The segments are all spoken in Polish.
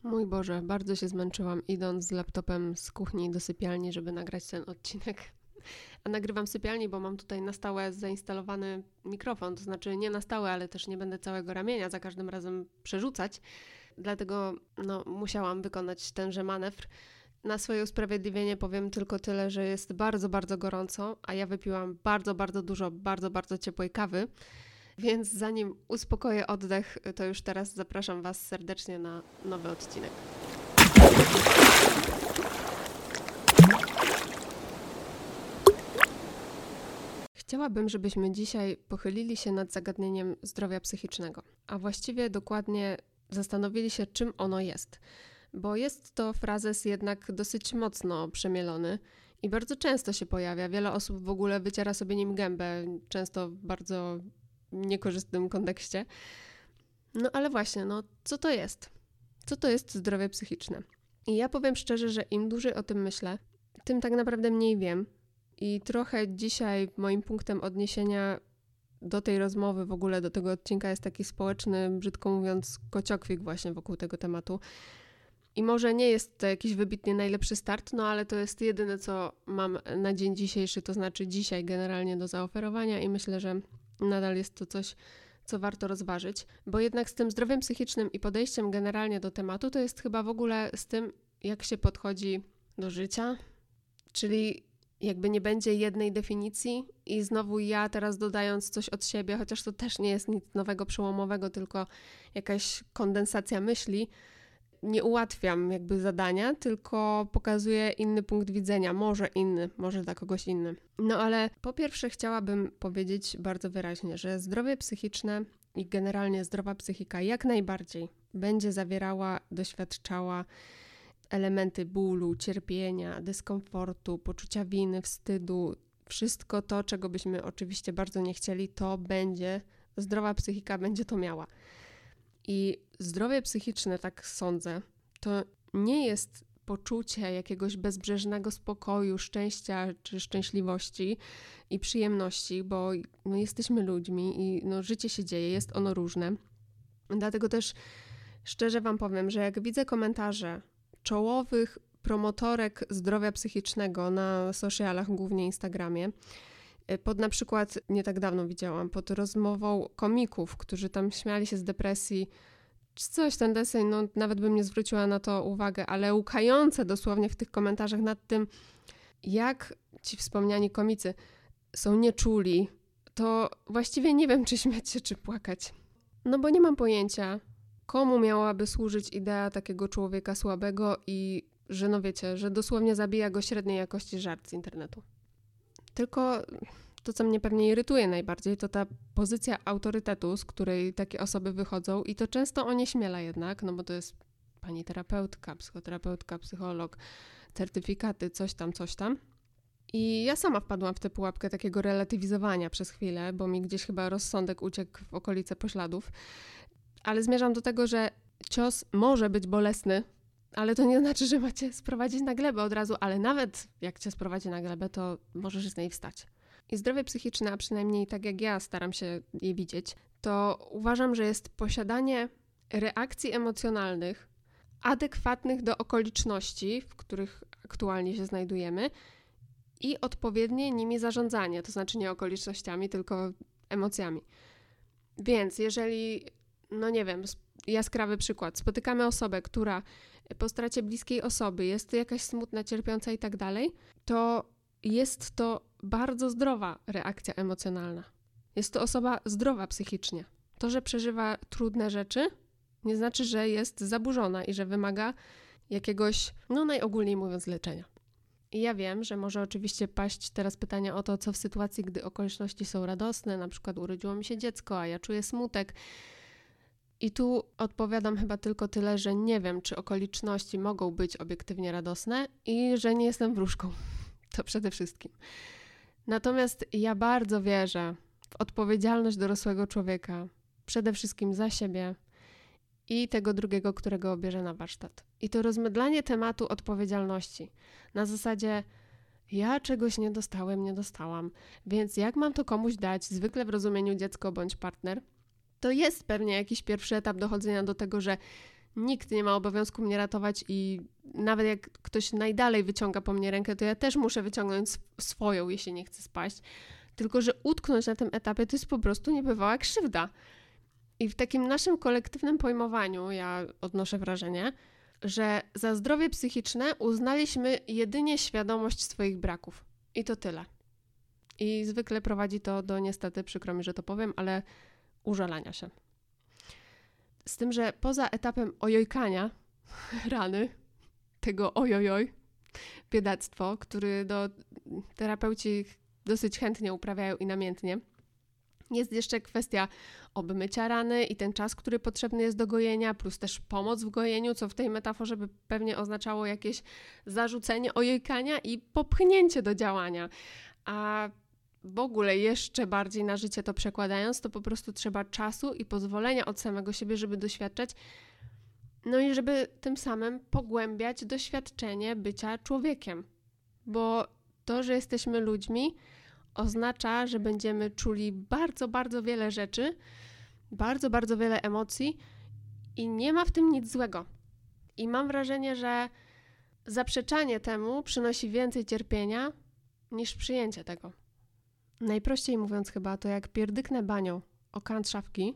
Mój Boże, bardzo się zmęczyłam idąc z laptopem z kuchni do sypialni, żeby nagrać ten odcinek. A nagrywam w sypialni, bo mam tutaj na stałe zainstalowany mikrofon, to znaczy nie na stałe, ale też nie będę całego ramienia za każdym razem przerzucać. Dlatego musiałam wykonać tenże manewr. Na swoje usprawiedliwienie powiem tylko tyle, że jest bardzo, bardzo gorąco, a ja wypiłam bardzo, bardzo dużo, bardzo, bardzo ciepłej kawy. Więc zanim uspokoję oddech, to już teraz zapraszam Was serdecznie na nowy odcinek. Chciałabym, żebyśmy dzisiaj pochylili się nad zagadnieniem zdrowia psychicznego, a właściwie dokładnie zastanowili się, czym ono jest. Bo jest to frazes jednak dosyć mocno przemielony i bardzo często się pojawia. Wiele osób w ogóle wyciera sobie nim gębę, często w bardzo niekorzystnym kontekście. No ale właśnie, co to jest? Co to jest zdrowie psychiczne? I ja powiem szczerze, że im dłużej o tym myślę, tym tak naprawdę mniej wiem. I trochę dzisiaj moim punktem odniesienia do tej rozmowy, w ogóle do tego odcinka jest taki społeczny, brzydko mówiąc, kociokwik właśnie wokół tego tematu. I może nie jest to jakiś wybitnie najlepszy start, ale to jest jedyne, co mam na dzień dzisiejszy, to znaczy dzisiaj generalnie do zaoferowania i myślę, że nadal jest to coś, co warto rozważyć, bo jednak z tym zdrowiem psychicznym i podejściem generalnie do tematu to jest chyba w ogóle z tym, jak się podchodzi do życia, czyli jakby nie będzie jednej definicji i znowu ja teraz dodając coś od siebie, chociaż to też nie jest nic nowego, przełomowego, tylko jakaś kondensacja myśli, nie ułatwiam jakby zadania, tylko pokazuję inny punkt widzenia, może dla kogoś inny. Ale po pierwsze chciałabym powiedzieć bardzo wyraźnie, że zdrowie psychiczne i generalnie zdrowa psychika jak najbardziej będzie zawierała, doświadczała elementy bólu, cierpienia, dyskomfortu, poczucia winy, wstydu, wszystko to, czego byśmy oczywiście bardzo nie chcieli, to będzie, zdrowa psychika będzie to miała. I zdrowie psychiczne, tak sądzę, to nie jest poczucie jakiegoś bezbrzeżnego spokoju, szczęścia czy szczęśliwości i przyjemności, bo jesteśmy ludźmi i życie się dzieje, jest ono różne. Dlatego też szczerze Wam powiem, że jak widzę komentarze czołowych promotorek zdrowia psychicznego na socialach, głównie Instagramie, pod na przykład, nie tak dawno widziałam, pod rozmową komików, którzy tam śmiali się z depresji, czy coś, ten deseń, nawet bym nie zwróciła na to uwagę, ale łkające dosłownie w tych komentarzach nad tym, jak ci wspomniani komicy są nieczuli, to właściwie nie wiem, czy śmiać się, czy płakać. Bo nie mam pojęcia, komu miałaby służyć idea takiego człowieka słabego i że wiecie, że dosłownie zabija go średniej jakości żart z internetu. Tylko to, co mnie pewnie irytuje najbardziej, to ta pozycja autorytetu, z której takie osoby wychodzą i to często onieśmiela jednak, bo to jest pani terapeutka, psychoterapeutka, psycholog, certyfikaty, coś tam. I ja sama wpadłam w tę pułapkę takiego relatywizowania przez chwilę, bo mi gdzieś chyba rozsądek uciekł w okolice pośladów. Ale zmierzam do tego, że cios może być bolesny, ale to nie znaczy, że macie sprowadzić na glebę od razu, ale nawet jak cię sprowadzi na glebę, to możesz z niej wstać. I zdrowie psychiczne, a przynajmniej tak jak ja staram się je widzieć, to uważam, że jest posiadanie reakcji emocjonalnych adekwatnych do okoliczności, w których aktualnie się znajdujemy i odpowiednie nimi zarządzanie, to znaczy nie okolicznościami, tylko emocjami. Więc jeżeli, jaskrawy przykład, spotykamy osobę, która po stracie bliskiej osoby jest jakaś smutna, cierpiąca i tak dalej, to jest to bardzo zdrowa reakcja emocjonalna. Jest to osoba zdrowa psychicznie. To, że przeżywa trudne rzeczy, nie znaczy, że jest zaburzona i że wymaga jakiegoś, najogólniej mówiąc, leczenia. I ja wiem, że może oczywiście paść teraz pytanie o to, co w sytuacji, gdy okoliczności są radosne, na przykład urodziło mi się dziecko, a ja czuję smutek. I tu odpowiadam chyba tylko tyle, że nie wiem, czy okoliczności mogą być obiektywnie radosne i że nie jestem wróżką. To przede wszystkim. Natomiast ja bardzo wierzę w odpowiedzialność dorosłego człowieka, przede wszystkim za siebie i tego drugiego, którego bierze na warsztat. I to rozmydlanie tematu odpowiedzialności na zasadzie ja czegoś nie dostałam, więc jak mam to komuś dać, zwykle w rozumieniu dziecko bądź partner, to jest pewnie jakiś pierwszy etap dochodzenia do tego, że Nikt nie ma obowiązku mnie ratować i nawet jak ktoś najdalej wyciąga po mnie rękę, to ja też muszę wyciągnąć swoją, jeśli nie chcę spaść. Tylko że utknąć na tym etapie to jest po prostu niebywała krzywda. I w takim naszym kolektywnym pojmowaniu ja odnoszę wrażenie, że za zdrowie psychiczne uznaliśmy jedynie świadomość swoich braków. I to tyle. I zwykle prowadzi to do, niestety, przykro mi, że to powiem, ale użalania się. Z tym, że poza etapem ojojkania, rany, tego ojojoj, biedactwo, który terapeuci dosyć chętnie uprawiają i namiętnie, jest jeszcze kwestia obmycia rany i ten czas, który potrzebny jest do gojenia, plus też pomoc w gojeniu, co w tej metaforze by pewnie oznaczało jakieś zarzucenie ojojkania i popchnięcie do działania. A w ogóle jeszcze bardziej na życie to przekładając, to po prostu trzeba czasu i pozwolenia od samego siebie, żeby doświadczać, no i żeby tym samym pogłębiać doświadczenie bycia człowiekiem. Bo to, że jesteśmy ludźmi, oznacza, że będziemy czuli bardzo, bardzo wiele rzeczy, bardzo, bardzo wiele emocji i nie ma w tym nic złego. I mam wrażenie, że zaprzeczanie temu przynosi więcej cierpienia niż przyjęcie tego. Najprościej mówiąc chyba, to jak pierdyknę banią o kant szafki,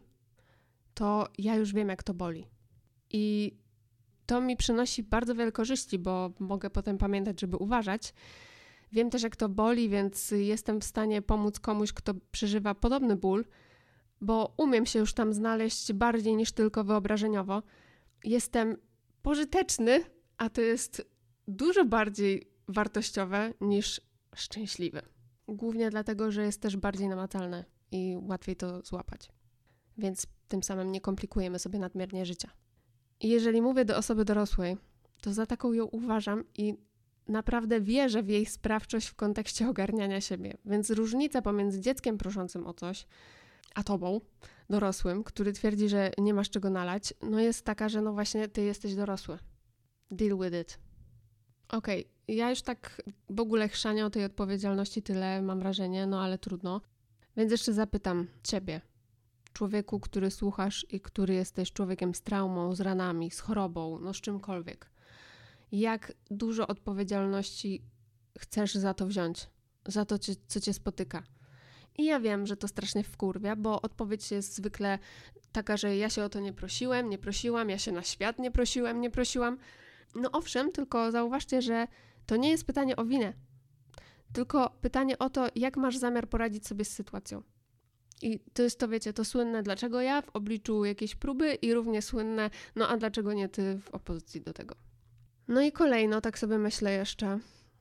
to ja już wiem, jak to boli. I to mi przynosi bardzo wiele korzyści, bo mogę potem pamiętać, żeby uważać. Wiem też, jak to boli, więc jestem w stanie pomóc komuś, kto przeżywa podobny ból, bo umiem się już tam znaleźć bardziej niż tylko wyobrażeniowo. Jestem pożyteczny, a to jest dużo bardziej wartościowe niż szczęśliwy. Głównie dlatego, że jest też bardziej namacalne i łatwiej to złapać. Więc tym samym nie komplikujemy sobie nadmiernie życia. I jeżeli mówię do osoby dorosłej, to za taką ją uważam i naprawdę wierzę w jej sprawczość w kontekście ogarniania siebie. Więc różnica pomiędzy dzieckiem proszącym o coś, a tobą, dorosłym, który twierdzi, że nie masz czego nalać, no jest taka, że no właśnie ty jesteś dorosły. Deal with it. Okej, ja już tak w ogóle chrzanię o tej odpowiedzialności tyle, mam wrażenie, no ale trudno. Więc jeszcze zapytam ciebie, człowieku, który słuchasz i który jesteś człowiekiem z traumą, z ranami, z chorobą, no z czymkolwiek. Jak dużo odpowiedzialności chcesz za to wziąć? Za to, co cię spotyka? I ja wiem, że to strasznie wkurwia, bo odpowiedź jest zwykle taka, że ja się o to nie prosiłam, ja się na świat nie prosiłam. No owszem, tylko zauważcie, że to nie jest pytanie o winę, tylko pytanie o to, jak masz zamiar poradzić sobie z sytuacją. I to jest to, wiecie, to słynne dlaczego ja w obliczu jakiejś próby i równie słynne, no a dlaczego nie ty w opozycji do tego. No i kolejno, tak sobie myślę jeszcze,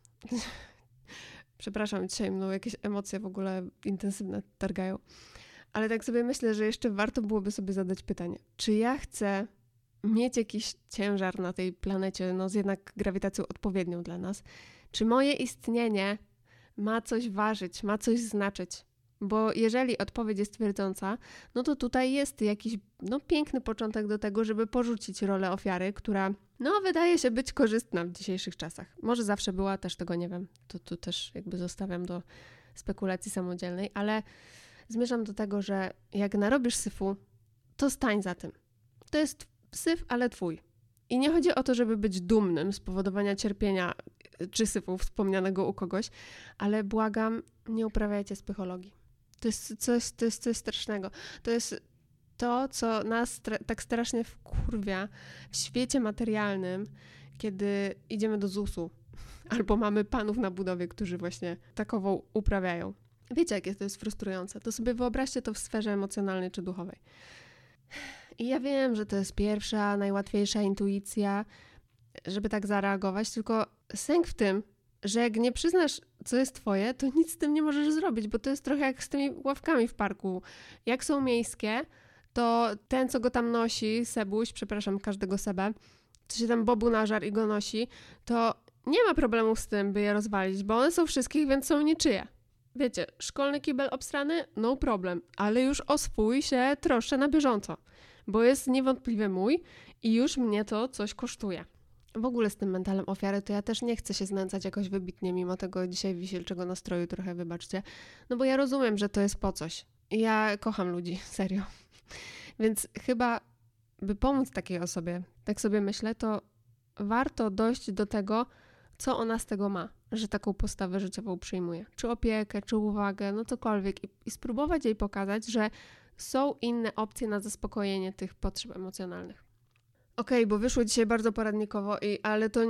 przepraszam, dzisiaj mną jakieś emocje w ogóle intensywne targają, ale tak sobie myślę, że jeszcze warto byłoby sobie zadać pytanie, czy ja chcę mieć jakiś ciężar na tej planecie, no z jednak grawitacją odpowiednią dla nas, czy moje istnienie ma coś ważyć, ma coś znaczyć? Bo jeżeli odpowiedź jest twierdząca, no to tutaj jest jakiś piękny początek do tego, żeby porzucić rolę ofiary, która wydaje się być korzystna w dzisiejszych czasach. Może zawsze była, też tego nie wiem. To tu też jakby zostawiam do spekulacji samodzielnej, ale zmierzam do tego, że jak narobisz syfu, to stań za tym. To jest syf, ale twój. I nie chodzi o to, żeby być dumnym z powodowania cierpienia czy syfu wspomnianego u kogoś, ale błagam, nie uprawiajcie spychologii. To jest coś strasznego. To jest to, co nas tak strasznie wkurwia w świecie materialnym, kiedy idziemy do ZUS-u albo mamy panów na budowie, którzy właśnie takową uprawiają. Wiecie, jakie to jest frustrujące. To sobie wyobraźcie to w sferze emocjonalnej czy duchowej. I ja wiem, że to jest pierwsza, najłatwiejsza intuicja, żeby tak zareagować, tylko sęk w tym, że jak nie przyznasz, co jest twoje, to nic z tym nie możesz zrobić, bo to jest trochę jak z tymi ławkami w parku. Jak są miejskie, to ten, co go tam nosi, Sebuś, przepraszam każdego Sebę, co się tam Bobu nażar i go nosi, to nie ma problemu z tym, by je rozwalić, bo one są wszystkich, więc są niczyje. Wiecie, szkolny kibel obstrany? No problem, ale już o swój się troszczę na bieżąco, bo jest niewątpliwie mój i już mnie to coś kosztuje. W ogóle z tym mentalem ofiary to ja też nie chcę się znęcać jakoś wybitnie, mimo tego dzisiaj wisielczego nastroju trochę, wybaczcie. No bo ja rozumiem, że to jest po coś. Ja kocham ludzi, serio. Więc chyba by pomóc takiej osobie, tak sobie myślę, to warto dojść do tego, co ona z tego ma, że taką postawę życiową przyjmuje. Czy opiekę, czy uwagę, no cokolwiek. I spróbować jej pokazać, że są inne opcje na zaspokojenie tych potrzeb emocjonalnych. Okej, bo wyszło dzisiaj bardzo poradnikowo, ale to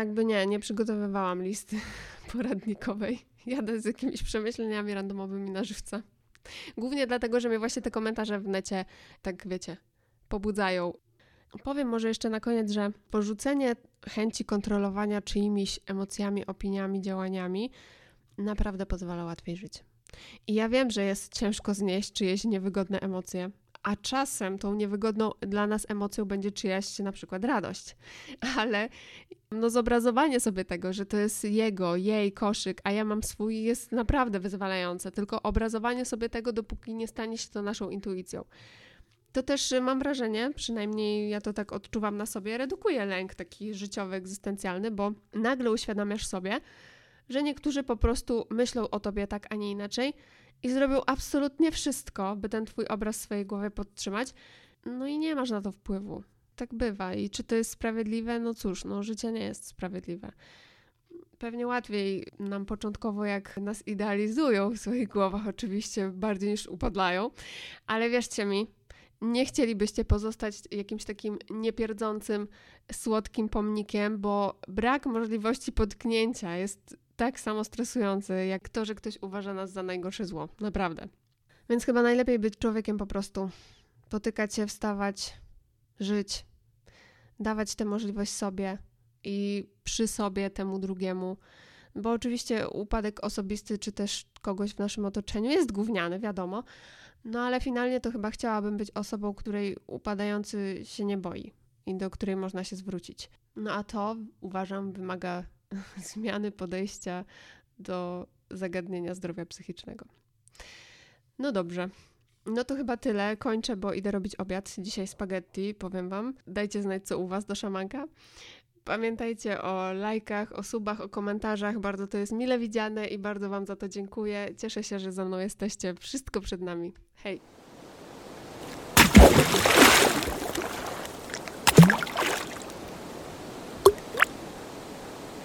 nie przygotowywałam listy poradnikowej. Jadę z jakimiś przemyśleniami randomowymi na żywca. Głównie dlatego, że mnie właśnie te komentarze w necie, tak wiecie, pobudzają. Powiem może jeszcze na koniec, że porzucenie chęci kontrolowania czyimiś emocjami, opiniami, działaniami naprawdę pozwala łatwiej żyć. I ja wiem, że jest ciężko znieść czyjeś niewygodne emocje, a czasem tą niewygodną dla nas emocją będzie czyjaś na przykład radość. Ale zobrazowanie sobie tego, że to jest jej koszyk, a ja mam swój, jest naprawdę wyzwalające. Tylko obrazowanie sobie tego, dopóki nie stanie się to naszą intuicją. To też mam wrażenie, przynajmniej ja to tak odczuwam na sobie, redukuje lęk taki życiowy, egzystencjalny, bo nagle uświadamiasz sobie, że niektórzy po prostu myślą o tobie tak, a nie inaczej i zrobią absolutnie wszystko, by ten twój obraz w swojej głowie podtrzymać, no i nie masz na to wpływu. Tak bywa i czy to jest sprawiedliwe? No cóż, życie nie jest sprawiedliwe. Pewnie łatwiej nam początkowo, jak nas idealizują w swoich głowach oczywiście, bardziej niż upodlają, ale wierzcie mi, nie chcielibyście pozostać jakimś takim niepierdzącym, słodkim pomnikiem, bo brak możliwości potknięcia jest tak samo stresujący, jak to, że ktoś uważa nas za najgorsze zło. Naprawdę. Więc chyba najlepiej być człowiekiem po prostu. Potykać się, wstawać, żyć, dawać tę możliwość sobie i przy sobie temu drugiemu. Bo oczywiście upadek osobisty, czy też kogoś w naszym otoczeniu jest gówniany, wiadomo. No ale finalnie to chyba chciałabym być osobą, której upadający się nie boi i do której można się zwrócić. No a to, uważam, wymaga zmiany podejścia do zagadnienia zdrowia psychicznego. No dobrze. No to chyba tyle. Kończę, bo idę robić obiad. Dzisiaj spaghetti, powiem wam. Dajcie znać, co u was do szamanka. Pamiętajcie o lajkach, o subach, o komentarzach. Bardzo to jest mile widziane i bardzo wam za to dziękuję. Cieszę się, że ze mną jesteście. Wszystko przed nami. Hej!